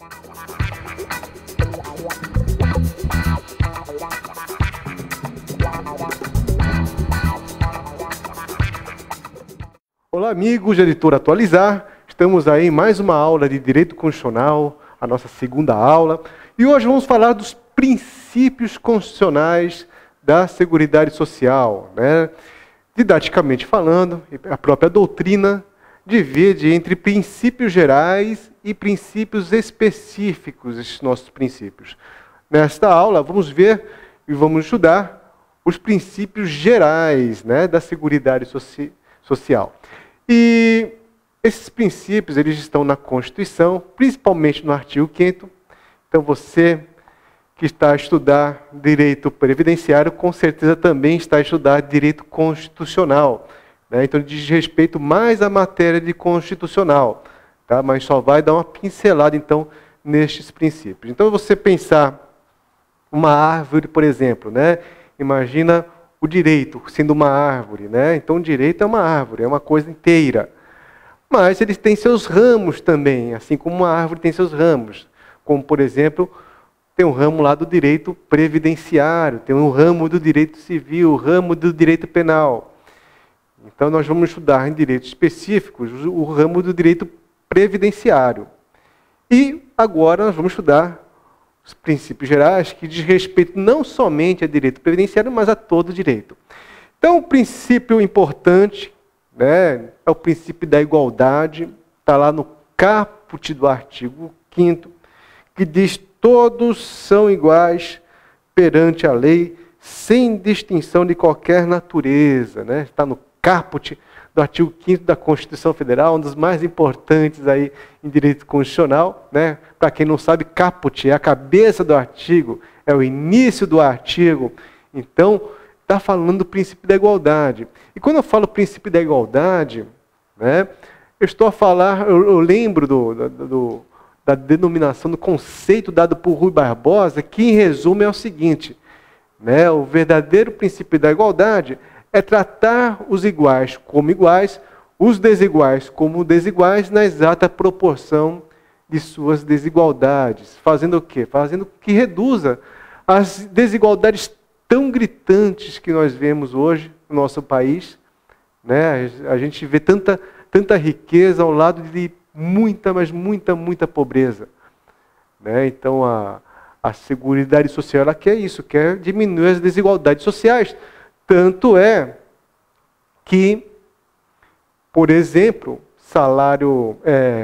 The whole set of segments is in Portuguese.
Olá, amigos da Editora Atualizar. Estamos aí em mais uma aula de Direito Constitucional, a nossa segunda aula. E hoje vamos falar dos princípios constitucionais da Seguridade Social, né? Didaticamente falando, a própria doutrina divide entre princípios gerais e princípios específicos, esses nossos princípios. Nesta aula, vamos ver e vamos estudar os princípios gerais, né, da Seguridade Social. E esses princípios, eles estão na Constituição, principalmente no artigo 5º. Então, você que está a estudar direito previdenciário, com certeza também está a estudar direito constitucional, né? Então, diz respeito mais à matéria de constitucional, tá? Mas só vai dar uma pincelada, então, nestes princípios. Então, você pensar uma árvore, por exemplo, né? Imagina o direito sendo uma árvore, né? Então, o direito é uma árvore, é uma coisa inteira. Mas ele tem seus ramos também, assim como uma árvore tem seus ramos. Como, por exemplo, tem um ramo lá do direito previdenciário, tem um ramo do direito civil, o ramo do direito penal. Então, nós vamos estudar em direitos específicos o ramo do direito previdenciário. E agora nós vamos estudar os princípios gerais que diz respeito não somente a direito previdenciário, mas a todo direito. Então, o princípio importante, né, é o princípio da igualdade, está lá no caput do artigo 5º, que diz: todos são iguais perante a lei, sem distinção de qualquer natureza, né? Está no caput do artigo 5º da Constituição Federal, um dos mais importantes aí em direito constitucional, né? Para quem não sabe, caput é a cabeça do artigo, é o início do artigo. Então, está falando do princípio da igualdade. E quando eu falo princípio da igualdade, né, eu estou a falar, eu lembro da denominação, do conceito dado por Rui Barbosa, que em resumo é o seguinte, né, o verdadeiro princípio da igualdade é tratar os iguais como iguais, os desiguais como desiguais, na exata proporção de suas desigualdades. Fazendo o quê? Fazendo que reduza as desigualdades tão gritantes que nós vemos hoje no nosso país, né? A gente vê tanta riqueza ao lado de muita, mas muita pobreza, né? Então, a Seguridade Social, ela quer isso, quer diminuir as desigualdades sociais. Tanto é que, por exemplo, salário,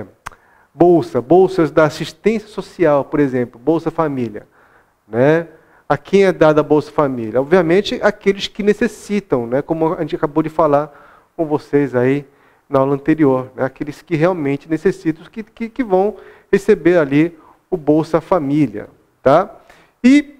bolsas da assistência social, por exemplo, Bolsa Família, né? A quem é dada a Bolsa Família? Obviamente, aqueles que necessitam, né? Como a gente acabou de falar com vocês aí na aula anterior, né? Aqueles que realmente necessitam, que vão receber ali o Bolsa Família, tá? E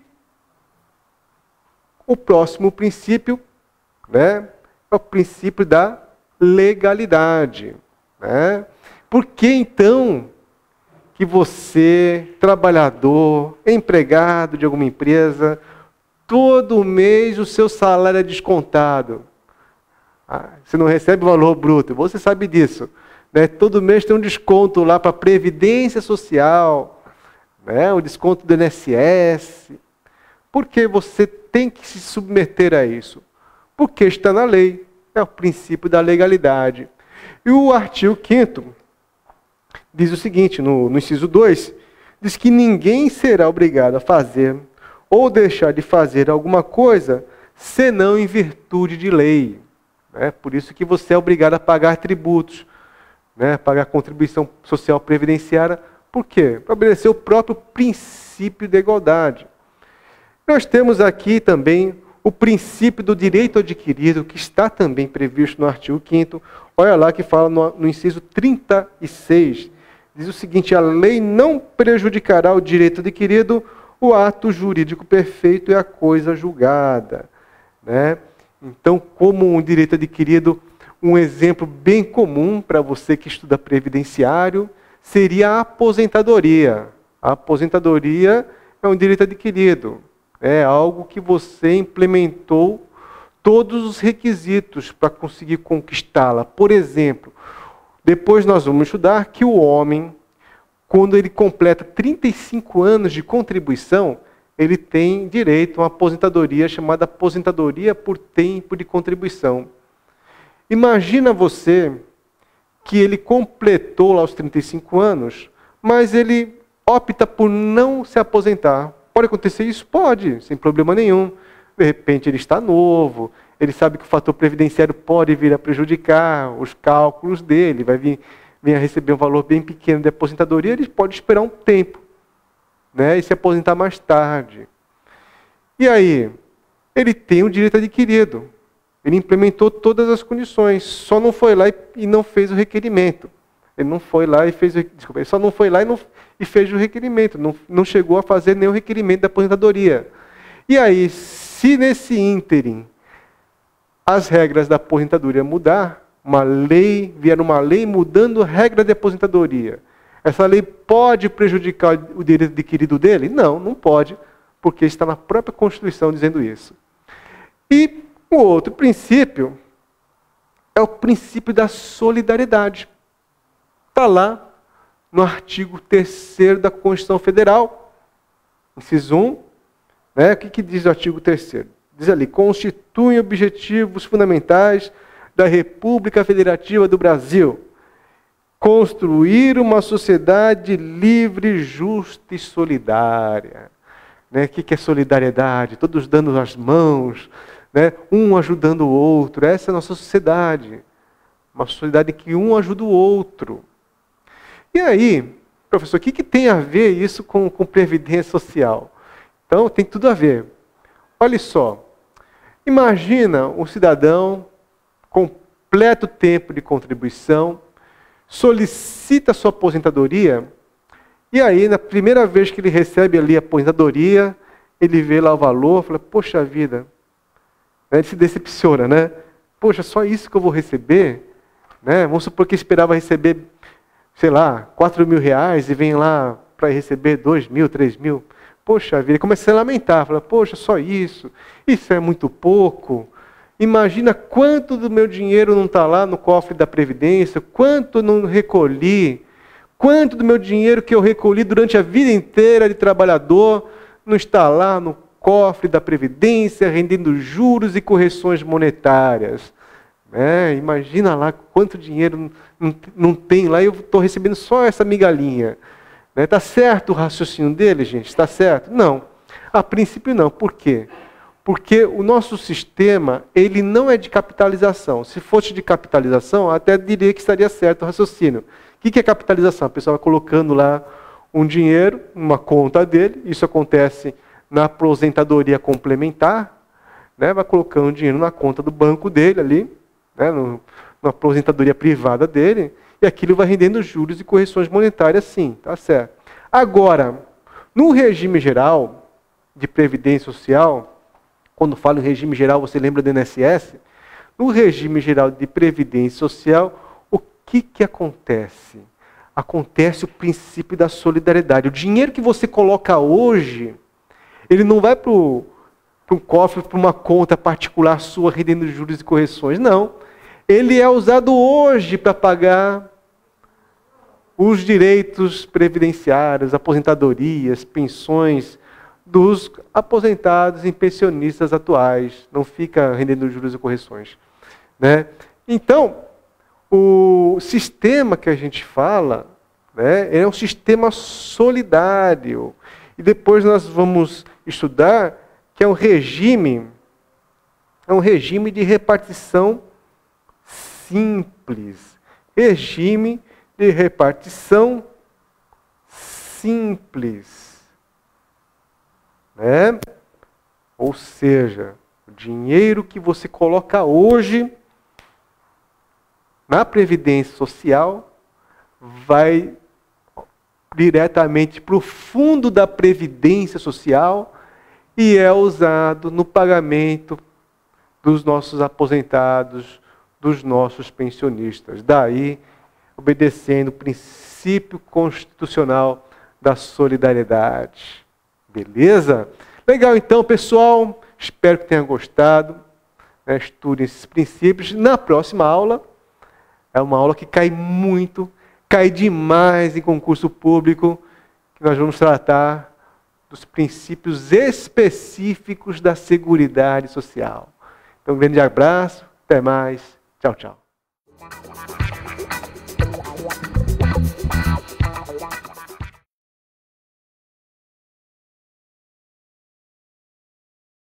o próximo princípio, né, é o princípio da legalidade, né? Por que então que você, trabalhador, empregado de alguma empresa, todo mês o seu salário é descontado? Você não recebe o valor bruto, você sabe disso, né? Todo mês tem um desconto lá para a Previdência Social, né? O desconto do INSS. Por que você tem que se submeter a isso? Porque está na lei, é o princípio da legalidade. E o artigo 5º diz o seguinte, no inciso 2, diz que ninguém será obrigado a fazer ou deixar de fazer alguma coisa, senão em virtude de lei. Né? Por isso que você é obrigado a pagar tributos, né? Pagar contribuição social previdenciária. Por quê? Para obedecer o próprio princípio da igualdade. Nós temos aqui também o princípio do direito adquirido, que está também previsto no artigo 5º. Olha lá que fala no inciso 36. Diz o seguinte: a lei não prejudicará o direito adquirido, o ato jurídico perfeito é a coisa julgada. Né? Então, como um direito adquirido, um exemplo bem comum para você que estuda previdenciário seria a aposentadoria. A aposentadoria é um direito adquirido. É algo que você implementou todos os requisitos para conseguir conquistá-la. Por exemplo, depois nós vamos estudar que o homem, quando ele completa 35 anos de contribuição, ele tem direito a uma aposentadoria chamada aposentadoria por tempo de contribuição. Imagina você que ele completou lá os 35 anos, mas ele opta por não se aposentar. Pode acontecer isso? Pode, sem problema nenhum. De repente ele está novo, ele sabe que o fator previdenciário pode vir a prejudicar os cálculos dele, vai vir a receber um valor bem pequeno de aposentadoria, ele pode esperar um tempo, né, e se aposentar mais tarde. E aí? Ele tem o direito adquirido. Ele implementou todas as condições, só não foi lá e não fez o requerimento. Ele não foi lá e fez, desculpa, ele só não foi lá e fez o requerimento, não chegou a fazer nenhum requerimento da aposentadoria. E aí, se nesse ínterim as regras da aposentadoria mudar, vier uma lei mudando a regra de aposentadoria, essa lei pode prejudicar o direito adquirido dele? Não, não pode, porque está na própria Constituição dizendo isso. E o outro princípio é o princípio da solidariedade. Está lá no artigo 3º da Constituição Federal, inciso 1. Né? O que diz o artigo 3º? Diz ali, constituem objetivos fundamentais da República Federativa do Brasil construir uma sociedade livre, justa e solidária. Né? O que é solidariedade? Todos dando as mãos, né? Um ajudando o outro. Essa é a nossa sociedade. Uma sociedade em que um ajuda o outro. E aí, professor, o que tem a ver isso com previdência social? Então, tem tudo a ver. Olha só. Imagina um cidadão, completo tempo de contribuição, solicita sua aposentadoria, e aí, na primeira vez que ele recebe ali a aposentadoria, ele vê lá o valor, fala, poxa vida, ele se decepciona, né? Poxa, só isso que eu vou receber? Né? Vamos supor que esperava receber, sei lá, 4 mil reais e vem lá para receber 2 mil, 3 mil. Poxa vida, ele começa a lamentar, fala, poxa, só isso é muito pouco. Imagina quanto do meu dinheiro não está lá no cofre da Previdência, quanto eu não recolhi, quanto do meu dinheiro que eu recolhi durante a vida inteira de trabalhador não está lá no cofre da Previdência, rendendo juros e correções monetárias. Imagina lá quanto dinheiro não tem lá e eu estou recebendo só essa migalhinha. Está certo o raciocínio dele, gente? Está certo? Não. A princípio não. Por quê? Porque o nosso sistema, ele não é de capitalização. Se fosse de capitalização, até diria que estaria certo o raciocínio. O que é capitalização? A pessoa vai colocando lá um dinheiro, uma conta dele, isso acontece na aposentadoria complementar, né? Vai colocando dinheiro na conta do banco dele ali, né? Na aposentadoria privada dele, e aquilo vai rendendo juros e correções monetárias, sim, tá certo. Agora, no regime geral de previdência social, quando falo em regime geral, você lembra do INSS? No regime geral de previdência social, o que acontece? Acontece o princípio da solidariedade. O dinheiro que você coloca hoje, ele não vai para um cofre, para uma conta particular sua, rendendo juros e correções. Não. Ele é usado hoje para pagar os direitos previdenciários, aposentadorias, pensões dos aposentados e pensionistas atuais. Não fica rendendo juros e correções. Né? Então, o sistema que a gente fala, né, é um sistema solidário. E depois nós vamos estudar que é um regime de repartição simples. Regime de repartição simples. Né? Ou seja, o dinheiro que você coloca hoje na Previdência Social vai diretamente para o fundo da Previdência Social e é usado no pagamento dos nossos aposentados, dos nossos pensionistas. Daí, obedecendo o princípio constitucional da solidariedade. Beleza? Legal então, pessoal. Espero que tenham gostado. Estudem esses princípios. Na próxima aula, é uma aula que cai muito cai demais em concurso público, que nós vamos tratar dos princípios específicos da Seguridade Social. Então, um grande abraço, até mais, tchau, tchau.